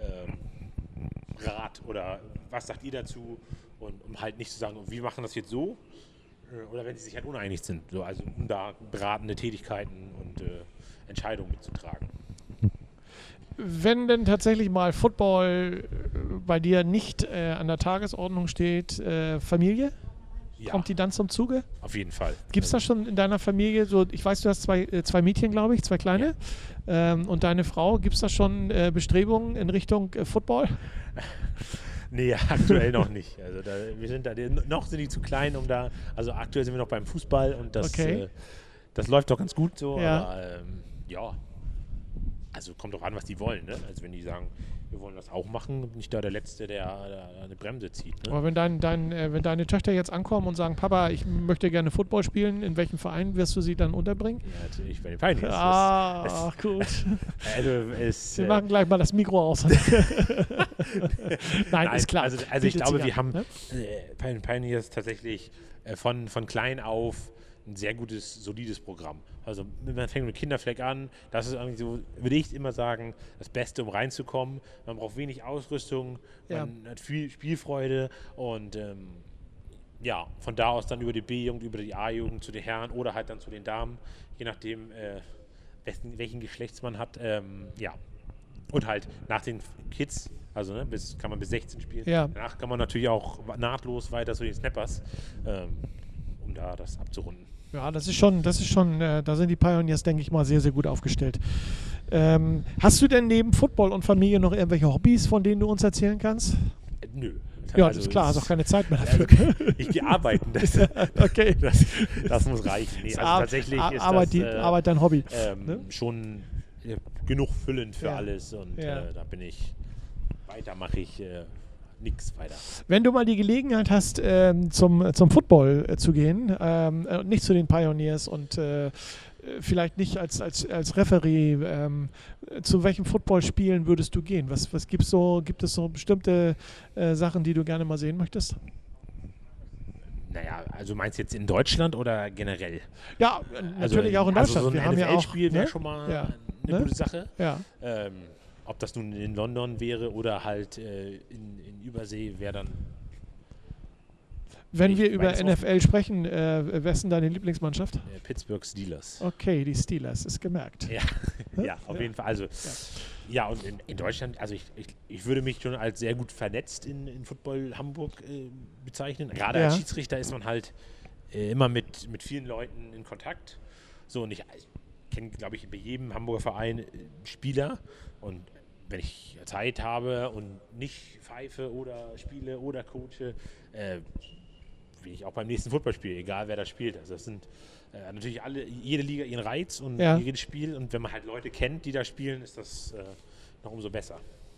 Speaker 2: Rat oder was sagt ihr dazu? Und um halt nicht zu sagen, wir machen das jetzt so, oder wenn sie sich halt uneinig sind, so, also um da beratende Tätigkeiten und Entscheidungen mitzutragen.
Speaker 1: Wenn denn tatsächlich mal Football bei dir nicht an der Tagesordnung steht, Familie?
Speaker 2: Ja.
Speaker 1: Kommt die dann zum Zuge?
Speaker 2: Auf jeden Fall.
Speaker 1: Gibt es da schon in deiner Familie so, ich weiß, du hast zwei Mädchen, glaube ich, 2 kleine. Ja. Und deine Frau, gibt es da schon Bestrebungen in Richtung Football?
Speaker 2: Nee, aktuell noch nicht. Also noch sind die zu klein, um da, also aktuell sind wir noch beim Fußball und das läuft doch ganz gut so,
Speaker 1: ja.
Speaker 2: Aber ja, also kommt doch an, was die wollen, ne? Also wenn die sagen, wir wollen das auch machen, bin ich da der Letzte, der eine Bremse zieht. Ne?
Speaker 1: Aber wenn deine Töchter jetzt ankommen und sagen, Papa, ich möchte gerne Football spielen, in welchem Verein wirst du sie dann unterbringen?
Speaker 2: Ja, natürlich bei den Pioneers.
Speaker 1: Ach, gut.
Speaker 2: Also
Speaker 1: wir machen gleich mal das Mikro aus. Nein, ist klar.
Speaker 2: Also ich glaube, wir haben Pioneers tatsächlich von klein auf ein sehr gutes, solides Programm. Also man fängt mit Kinderfleck an, das ist irgendwie so, würde ich immer sagen, das Beste, um reinzukommen. Man braucht wenig Ausrüstung, man hat viel Spielfreude und von da aus dann über die B-Jugend, über die A-Jugend zu den Herren oder halt dann zu den Damen, je nachdem, welchen Geschlechts man hat. Und halt nach den Kids, also kann man bis 16 spielen. Ja. Danach kann man natürlich auch nahtlos weiter zu den Snappers, um da das abzurunden.
Speaker 1: Ja, das ist schon, da sind die Pioneers, denke ich mal, sehr, sehr gut aufgestellt. Hast du denn neben Football und Familie noch irgendwelche Hobbys, von denen du uns erzählen kannst?
Speaker 2: Nö.
Speaker 1: Ja, das ist klar, hast auch keine Zeit mehr dafür.
Speaker 2: Also, ich gehe arbeiten.
Speaker 1: Okay.
Speaker 2: Das muss reichen. Nee, also tatsächlich ist
Speaker 1: Arbeit dein Hobby.
Speaker 2: Schon genug füllend für alles und da bin ich, mache ich nichts weiter.
Speaker 1: Wenn du mal die Gelegenheit hast, zum Football zu gehen, nicht zu den Pioneers und vielleicht nicht als Referee, zu welchen Footballspielen würdest du gehen? Was gibt es so bestimmte Sachen, die du gerne mal sehen möchtest?
Speaker 2: Naja, also meinst du jetzt in Deutschland oder generell?
Speaker 1: Ja, natürlich auch in Deutschland.
Speaker 2: Also so ein NFL-Spiel wäre
Speaker 1: ne?
Speaker 2: schon mal eine gute Sache.
Speaker 1: Ja.
Speaker 2: Ob das nun in London wäre oder halt in Übersee, wäre dann...
Speaker 1: Wenn wir über NFL sprechen, wer ist denn deine Lieblingsmannschaft?
Speaker 2: Pittsburgh Steelers.
Speaker 1: Okay, die Steelers, ist gemerkt.
Speaker 2: Ja, auf jeden Fall. Also, und in Deutschland, also ich würde mich schon als sehr gut vernetzt in Football Hamburg bezeichnen. Gerade als Schiedsrichter ist man halt immer mit vielen Leuten in Kontakt. So, und ich kenne, glaube ich, bei jedem Hamburger Verein Spieler. Und wenn ich Zeit habe und nicht pfeife oder spiele oder coache, will ich auch beim nächsten Footballspiel, egal wer das spielt. Also das sind natürlich jede Liga ihren Reiz und jedes Spiel. Und wenn man halt Leute kennt, die da spielen, ist das noch umso besser.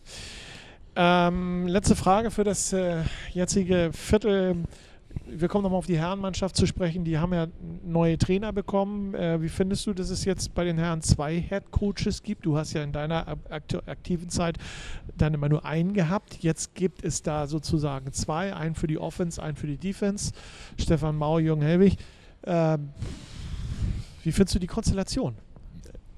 Speaker 1: Letzte Frage für das jetzige Viertel. Wir kommen nochmal auf die Herrenmannschaft zu sprechen. Die haben ja neue Trainer bekommen. Wie findest du, dass es jetzt bei den Herren 2 Headcoaches gibt? Du hast ja in deiner aktiven Zeit dann immer nur einen gehabt. Jetzt gibt es da sozusagen 2. Einen für die Offense, einen für die Defense. Stefan Mau, Jürgen Helwig. Wie findest du die Konstellation?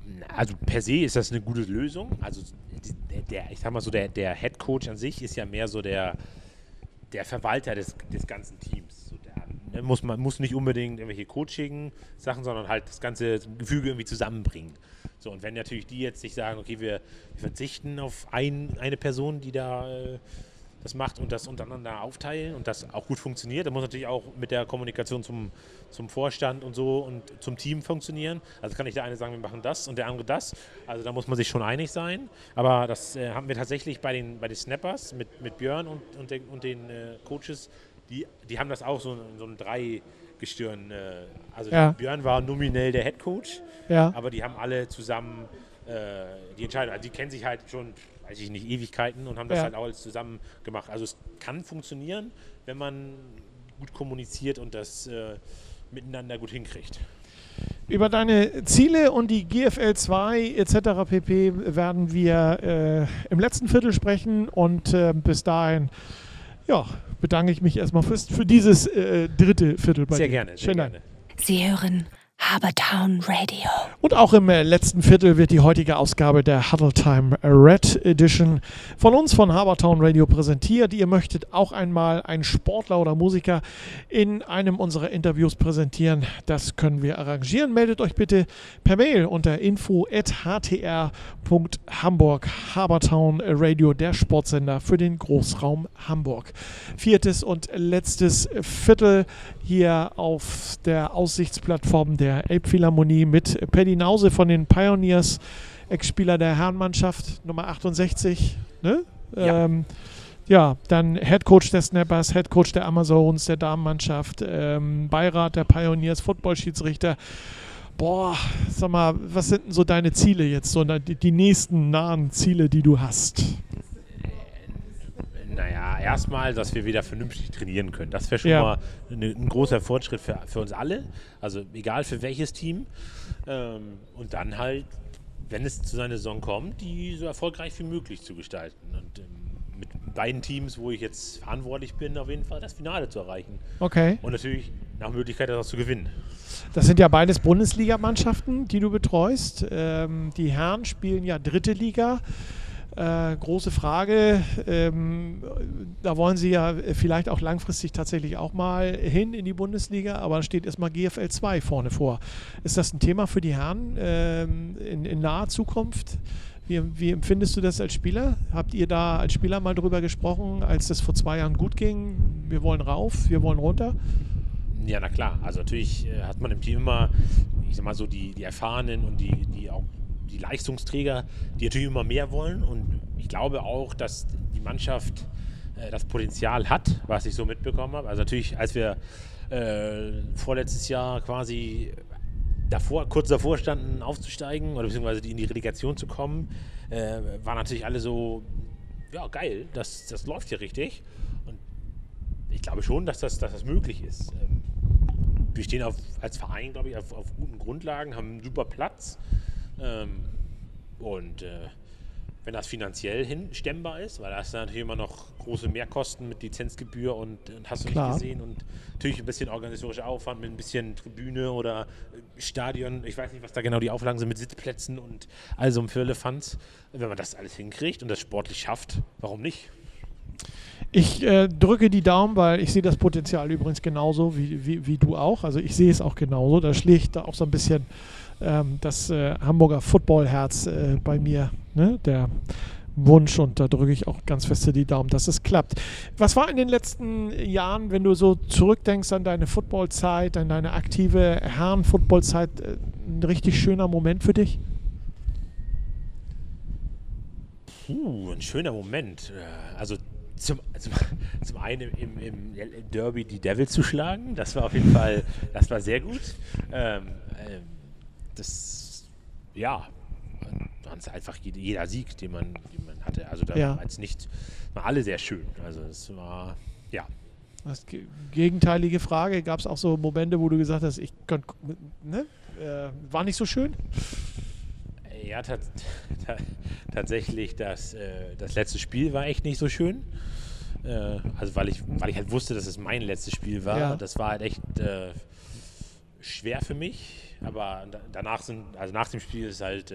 Speaker 2: Also per se ist das eine gute Lösung. Also ich sag mal so, der Head Coach an sich ist ja mehr so der Verwalter des ganzen Teams. So man muss nicht unbedingt irgendwelche Coaching-Sachen, sondern halt das ganze Gefüge irgendwie zusammenbringen. So, und wenn natürlich die jetzt sich sagen, okay, wir verzichten auf eine Person, die da das macht und das untereinander aufteilen und das auch gut funktioniert, dann muss natürlich auch mit der Kommunikation zum Vorstand und so und zum Team funktionieren. Also kann nicht der eine sagen, wir machen das und der andere das. Also da muss man sich schon einig sein. Aber das haben wir tatsächlich bei den Snappers mit Björn und den Coaches, die haben das auch so in so einem Dreigestirn. Also Björn war nominell der Head Coach, aber die haben alle zusammen die Entscheidung. Also die kennen sich halt schon, weiß ich nicht, Ewigkeiten und haben das halt auch alles zusammen gemacht. Also es kann funktionieren, wenn man gut kommuniziert und das miteinander gut hinkriegt.
Speaker 1: Über deine Ziele und die GFL 2 etc. pp. Werden wir im letzten Viertel sprechen und bis dahin bedanke ich mich erstmal für dieses dritte Viertel bei dir.
Speaker 2: Sehr gerne.
Speaker 1: Schönen Dank.
Speaker 3: Sie hören Habertown Radio.
Speaker 1: Und auch im letzten Viertel wird die heutige Ausgabe der Huddle Time Red Edition von uns von Habertown Radio präsentiert. Ihr möchtet auch einmal einen Sportler oder Musiker in einem unserer Interviews präsentieren. Das können wir arrangieren. Meldet euch bitte per Mail unter info@htr.hamburg. Habertown Radio, der Sportsender für den Großraum Hamburg. Viertes und letztes Viertel hier auf der Aussichtsplattform der Elbphilharmonie mit Paddy Nause von den Pioneers, Ex-Spieler der Herrenmannschaft, Nummer 68. Ne? Dann Headcoach der Snappers, Headcoach der Amazons, der Damenmannschaft, Beirat der Pioneers, Footballschiedsrichter. Boah, sag mal, was sind denn so deine Ziele jetzt, so die nächsten nahen Ziele, die du hast?
Speaker 2: Naja, erstmal, dass wir wieder vernünftig trainieren können. Das wäre schon mal ein großer Fortschritt für uns alle. Also egal für welches Team. Und dann halt, wenn es zu seiner Saison kommt, die so erfolgreich wie möglich zu gestalten. Und mit beiden Teams, wo ich jetzt verantwortlich bin, auf jeden Fall das Finale zu erreichen.
Speaker 1: Okay.
Speaker 2: Und natürlich nach Möglichkeit das auch zu gewinnen.
Speaker 1: Das sind ja beides Bundesligamannschaften, die du betreust. Die Herren spielen ja dritte Liga. Große Frage, da wollen sie ja vielleicht auch langfristig tatsächlich auch mal hin in die Bundesliga, aber da steht erstmal GFL 2 vorne vor. Ist das ein Thema für die Herren in naher Zukunft? Wie empfindest du das als Spieler? Habt ihr da als Spieler mal drüber gesprochen, als das vor 2 Jahren gut ging? Wir wollen rauf, wir wollen runter?
Speaker 2: Ja, na klar. Also natürlich hat man im Team immer, ich sag mal so, die Erfahrenen und die auch die Leistungsträger, die natürlich immer mehr wollen, und ich glaube auch, dass die Mannschaft das Potenzial hat, was ich so mitbekommen habe. Also natürlich, als wir vorletztes Jahr quasi kurz davor standen, aufzusteigen oder beziehungsweise in die Relegation zu kommen, waren natürlich alle so, ja geil, das läuft hier richtig, und ich glaube schon, dass das möglich ist. Wir stehen als Verein, glaube ich, auf guten Grundlagen, haben einen super Platz. Wenn das finanziell stemmbar ist, weil da ist natürlich immer noch große Mehrkosten mit Lizenzgebühr und hast du nicht gesehen, und natürlich ein bisschen organisatorischer Aufwand mit ein bisschen Tribüne oder Stadion, ich weiß nicht, was da genau die Auflagen sind mit Sitzplätzen und all so einem Firlefanz. Wenn man das alles hinkriegt und das sportlich schafft, warum nicht?
Speaker 1: Ich drücke die Daumen, weil ich sehe das Potenzial übrigens genauso wie du auch. Also ich sehe es auch genauso. Da schlägt da auch so ein bisschen das Hamburger Footballherz bei mir, ne? Der Wunsch, und da drücke ich auch ganz feste die Daumen, dass es klappt. Was war in den letzten Jahren, wenn du so zurückdenkst an deine Footballzeit, an deine aktive Herren-Footballzeit, ein richtig schöner Moment für dich?
Speaker 2: Ein schöner Moment. Also zum einen im Derby die Devils zu schlagen, das war auf jeden Fall, das war sehr gut. Einfach jeder Sieg, den man hatte. Also da war jetzt nicht, war alle sehr schön. Also das war, ja.
Speaker 1: Das gegenteilige Frage, gab es auch so Momente, wo du gesagt hast, war nicht so schön?
Speaker 2: Ja, tatsächlich, das letzte Spiel war echt nicht so schön. Also weil ich halt wusste, dass es mein letztes Spiel war. Ja. Das war halt echt schwer für mich, aber danach nach dem Spiel ist halt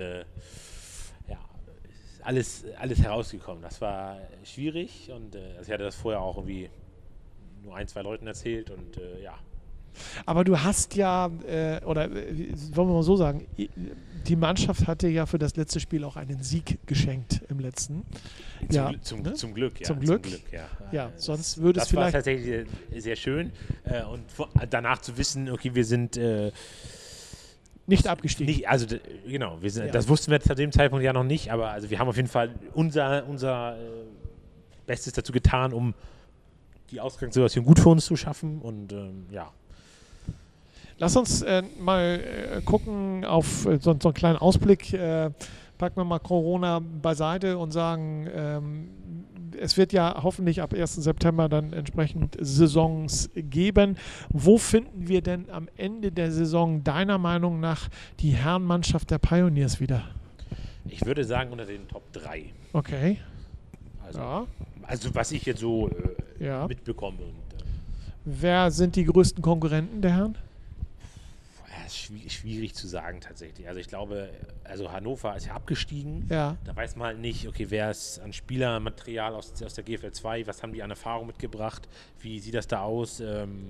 Speaker 2: alles herausgekommen. Das war schwierig und also ich hatte das vorher auch irgendwie nur 1, 2 Leuten erzählt und ja.
Speaker 1: Aber du hast ja, wollen wir mal so sagen, die Mannschaft hatte ja für das letzte Spiel auch einen Sieg geschenkt im letzten.
Speaker 2: Zum Glück, ja.
Speaker 1: Zum Glück, ja. Ja, sonst würde es vielleicht...
Speaker 2: Das war tatsächlich sehr schön und danach zu wissen, okay, wir sind...
Speaker 1: nicht abgestiegen.
Speaker 2: Genau, das wussten wir zu dem Zeitpunkt ja noch nicht, aber also wir haben auf jeden Fall unser Bestes dazu getan, um die Ausgangssituation gut für uns zu schaffen und ja.
Speaker 1: Lass uns mal gucken auf so einen kleinen Ausblick. Packen wir mal Corona beiseite und sagen, es wird ja hoffentlich ab 1. September dann entsprechend Saisons geben. Wo finden wir denn am Ende der Saison deiner Meinung nach die Herrenmannschaft der Pioneers wieder?
Speaker 2: Ich würde sagen unter den Top 3.
Speaker 1: Okay.
Speaker 2: Also was ich jetzt so mitbekomme.
Speaker 1: Wer sind die größten Konkurrenten der Herren?
Speaker 2: Schwierig zu sagen tatsächlich. Also ich glaube, Hannover ist ja abgestiegen.
Speaker 1: Ja.
Speaker 2: Da weiß man halt nicht, okay, wer ist an Spielermaterial aus der GFL 2, was haben die an Erfahrung mitgebracht, wie sieht das da aus?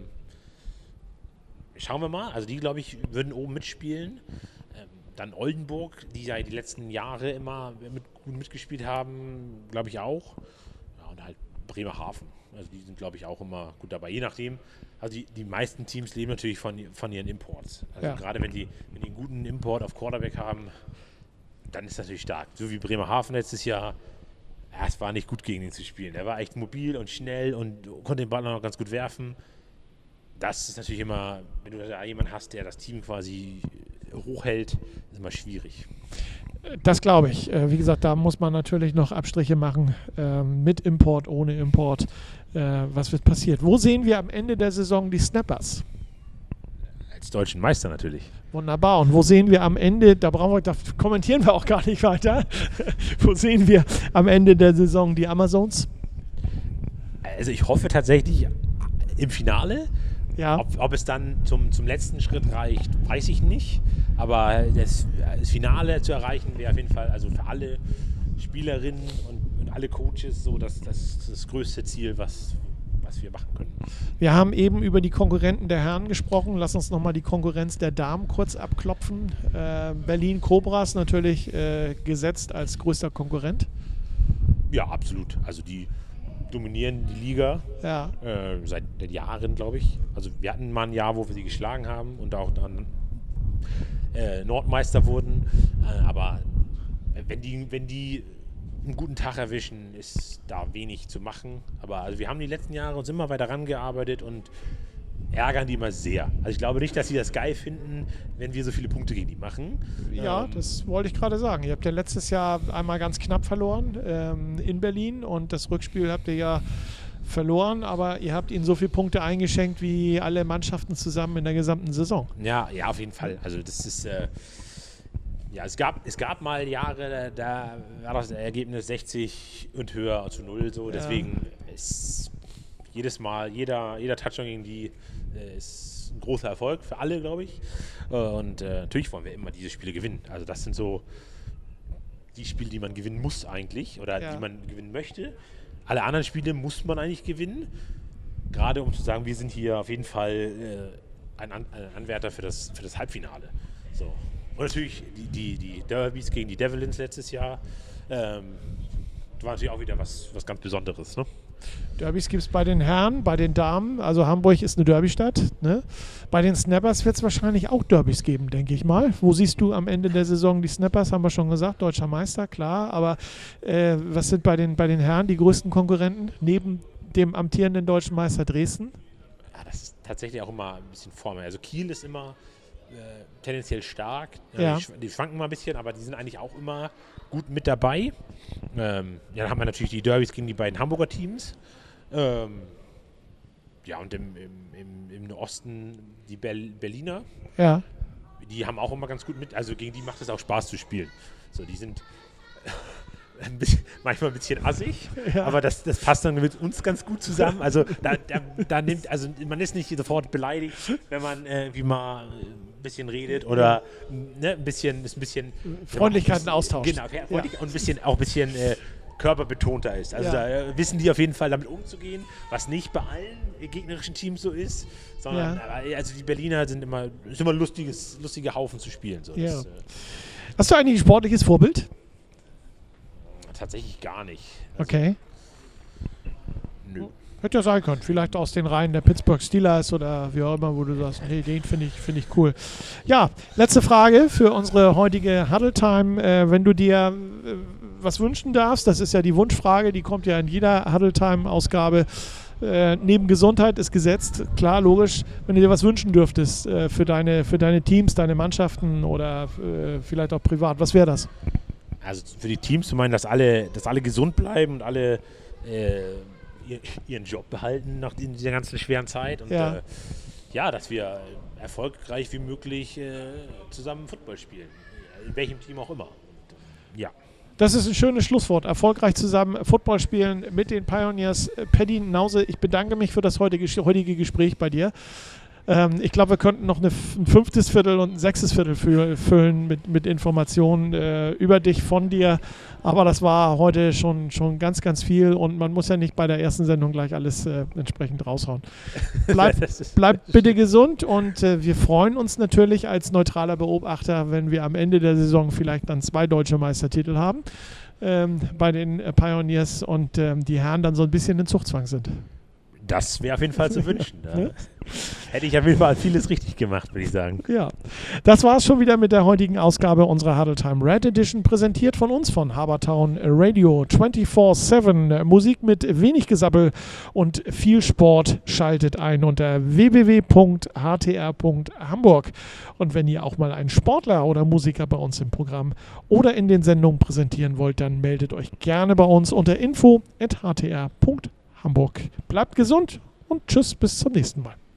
Speaker 2: Schauen wir mal. Also die, glaube ich, würden oben mitspielen. Dann Oldenburg, die ja die letzten Jahre immer gut mitgespielt haben, glaube ich auch. Ja, und halt Bremerhaven. Also die sind, glaube ich, auch immer gut dabei. Je nachdem, also die meisten Teams leben natürlich von ihren Imports. Also gerade wenn die einen guten Import auf Quarterback haben, dann ist das natürlich stark. So wie Bremerhaven letztes Jahr, es war nicht gut gegen ihn zu spielen. Er war echt mobil und schnell und konnte den Ball noch ganz gut werfen. Das ist natürlich immer, wenn du da jemanden hast, der das Team quasi hochhält, ist immer schwierig.
Speaker 1: Das glaube ich. Wie gesagt, da muss man natürlich noch Abstriche machen, mit Import, ohne Import. Was wird passiert? Wo sehen wir am Ende der Saison die Snappers?
Speaker 2: Als deutschen Meister natürlich.
Speaker 1: Wunderbar. Und wo sehen wir am Ende, da kommentieren wir auch gar nicht weiter, wo sehen wir am Ende der Saison die Amazons?
Speaker 2: Also ich hoffe tatsächlich im Finale.
Speaker 1: Ja.
Speaker 2: Ob es dann zum letzten Schritt reicht, weiß ich nicht. Aber das Finale zu erreichen wäre auf jeden Fall, also für alle Spielerinnen und alle Coaches so das größte Ziel, was wir machen können.
Speaker 1: Wir haben eben über die Konkurrenten der Herren gesprochen. Lass uns nochmal die Konkurrenz der Damen kurz abklopfen. Berlin Cobras natürlich gesetzt als größter Konkurrent.
Speaker 2: Ja, absolut. Also die dominieren die Liga seit Jahren, glaube ich. Also wir hatten mal ein Jahr, wo wir sie geschlagen haben und auch dann Nordmeister wurden. Aber wenn die einen guten Tag erwischen, ist da wenig zu machen. Aber also wir haben die letzten Jahre uns immer weiter rangearbeitet und ärgern die immer sehr. Also ich glaube nicht, dass sie das geil finden, wenn wir so viele Punkte gegen die machen.
Speaker 1: Ja, das wollte ich gerade sagen. Ihr habt ja letztes Jahr einmal ganz knapp verloren in Berlin und das Rückspiel habt ihr ja verloren, aber ihr habt ihnen so viele Punkte eingeschenkt wie alle Mannschaften zusammen in der gesamten Saison.
Speaker 2: Ja, auf jeden Fall. Also das ist es gab mal Jahre, da war das Ergebnis 60 und höher zu 0 so. Deswegen ist jedes Mal, jeder Touchdown gegen die ist ein großer Erfolg für alle, glaube ich. Und natürlich wollen wir immer diese Spiele gewinnen. Also das sind so die Spiele, die man gewinnen muss eigentlich oder die man gewinnen möchte. Alle anderen Spiele muss man eigentlich gewinnen. Gerade um zu sagen, wir sind hier auf jeden Fall ein Anwärter für das Halbfinale. So. Und natürlich die Derbys gegen die Devils letztes Jahr war natürlich auch wieder was ganz Besonderes. Ne?
Speaker 1: Derbys gibt es bei den Herren, bei den Damen. Also Hamburg ist eine Derbystadt. Ne? Bei den Snappers wird es wahrscheinlich auch Derbys geben, denke ich mal. Wo siehst du am Ende der Saison die Snappers? Haben wir schon gesagt, deutscher Meister, klar. Aber was sind bei den Herren die größten Konkurrenten neben dem amtierenden deutschen Meister Dresden?
Speaker 2: Ja, das ist tatsächlich auch immer ein bisschen Formel. Also Kiel ist immer tendenziell stark. Die schwanken mal ein bisschen, aber die sind eigentlich auch immer gut mit dabei. Dann haben wir natürlich die Derbys gegen die beiden Hamburger Teams. Und im Osten die Berliner.
Speaker 1: Ja.
Speaker 2: Die haben auch immer ganz gut mit, also gegen die macht es auch Spaß zu spielen. So, die sind manchmal ein bisschen assig,
Speaker 1: Ja.
Speaker 2: aber das passt dann mit uns ganz gut zusammen. Also man ist nicht sofort beleidigt, wenn man irgendwie mal ein bisschen redet oder ein bisschen
Speaker 1: Freundlichkeiten austauscht.
Speaker 2: Genau, freundlich und auch ein bisschen körperbetonter ist. Also da wissen die auf jeden Fall damit umzugehen, was nicht bei allen gegnerischen Teams so ist, sondern also die Berliner sind immer lustige Haufen zu spielen. So.
Speaker 1: Ja. Hast du eigentlich ein sportliches Vorbild?
Speaker 2: Tatsächlich gar nicht. Also,
Speaker 1: Okay.
Speaker 2: Nö.
Speaker 1: Hätte ja sein können. Vielleicht aus den Reihen der Pittsburgh Steelers oder wie auch immer, wo du sagst, nee, den finde ich cool. Ja, letzte Frage für unsere heutige Huddle Time. Wenn du dir was wünschen darfst, das ist ja die Wunschfrage, die kommt ja in jeder Huddle Time Ausgabe. Neben Gesundheit ist gesetzt, klar, logisch, wenn du dir was wünschen dürftest für deine Teams, deine Mannschaften oder vielleicht auch privat, was wäre das?
Speaker 2: Also für die Teams zu meinen, dass alle gesund bleiben und alle ihren Job behalten nach dieser ganzen schweren Zeit und dass wir erfolgreich wie möglich zusammen Football spielen, in welchem Team auch immer. Und, ja.
Speaker 1: Das ist ein schönes Schlusswort. Erfolgreich zusammen Football spielen mit den Pioneers. Paddy Nause, ich bedanke mich für das heutige Gespräch bei dir. Ich glaube, wir könnten noch ein 5. Viertel und ein 6. Viertel füllen mit Informationen über dich, von dir. Aber das war heute schon ganz, ganz viel und man muss ja nicht bei der ersten Sendung gleich alles entsprechend raushauen. Bleib bitte gesund und wir freuen uns natürlich als neutraler Beobachter, wenn wir am Ende der Saison vielleicht dann 2 deutsche Meistertitel haben bei den Pioneers und die Herren dann so ein bisschen in Zuchtzwang sind.
Speaker 2: Das wäre auf jeden Fall zu wünschen. Da hätte ich auf jeden Fall vieles richtig gemacht, würde ich sagen.
Speaker 1: Ja, das war es schon wieder mit der heutigen Ausgabe unserer Huddle Time Red Edition, präsentiert von uns von Habertown Radio 24/7. Musik mit wenig Gesabbel und viel Sport. Schaltet ein unter www.htr.hamburg. Und wenn ihr auch mal einen Sportler oder Musiker bei uns im Programm oder in den Sendungen präsentieren wollt, dann meldet euch gerne bei uns unter info@htr.hamburg. Bleibt gesund und tschüss, bis zum nächsten Mal.